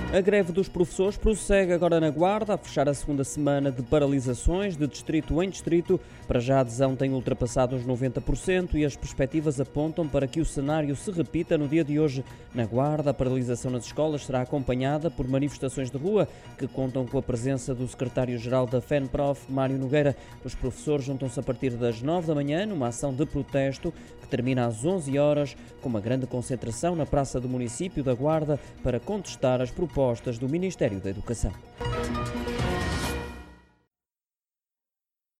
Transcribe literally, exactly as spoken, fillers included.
A greve dos professores prossegue agora na Guarda, a fechar a segunda semana de paralisações de distrito em distrito. Para já a adesão tem ultrapassado os noventa por cento e as perspectivas apontam para que o cenário se repita no dia de hoje. Na Guarda, a paralisação nas escolas será acompanhada por manifestações de rua que contam com a presença do secretário-geral da FENPROF, Mário Nogueira. Os professores juntam-se a partir das nove da manhã numa ação de protesto que termina às onze horas, com uma grande concentração na praça do município da Guarda para contestar as propostas do Ministério da Educação.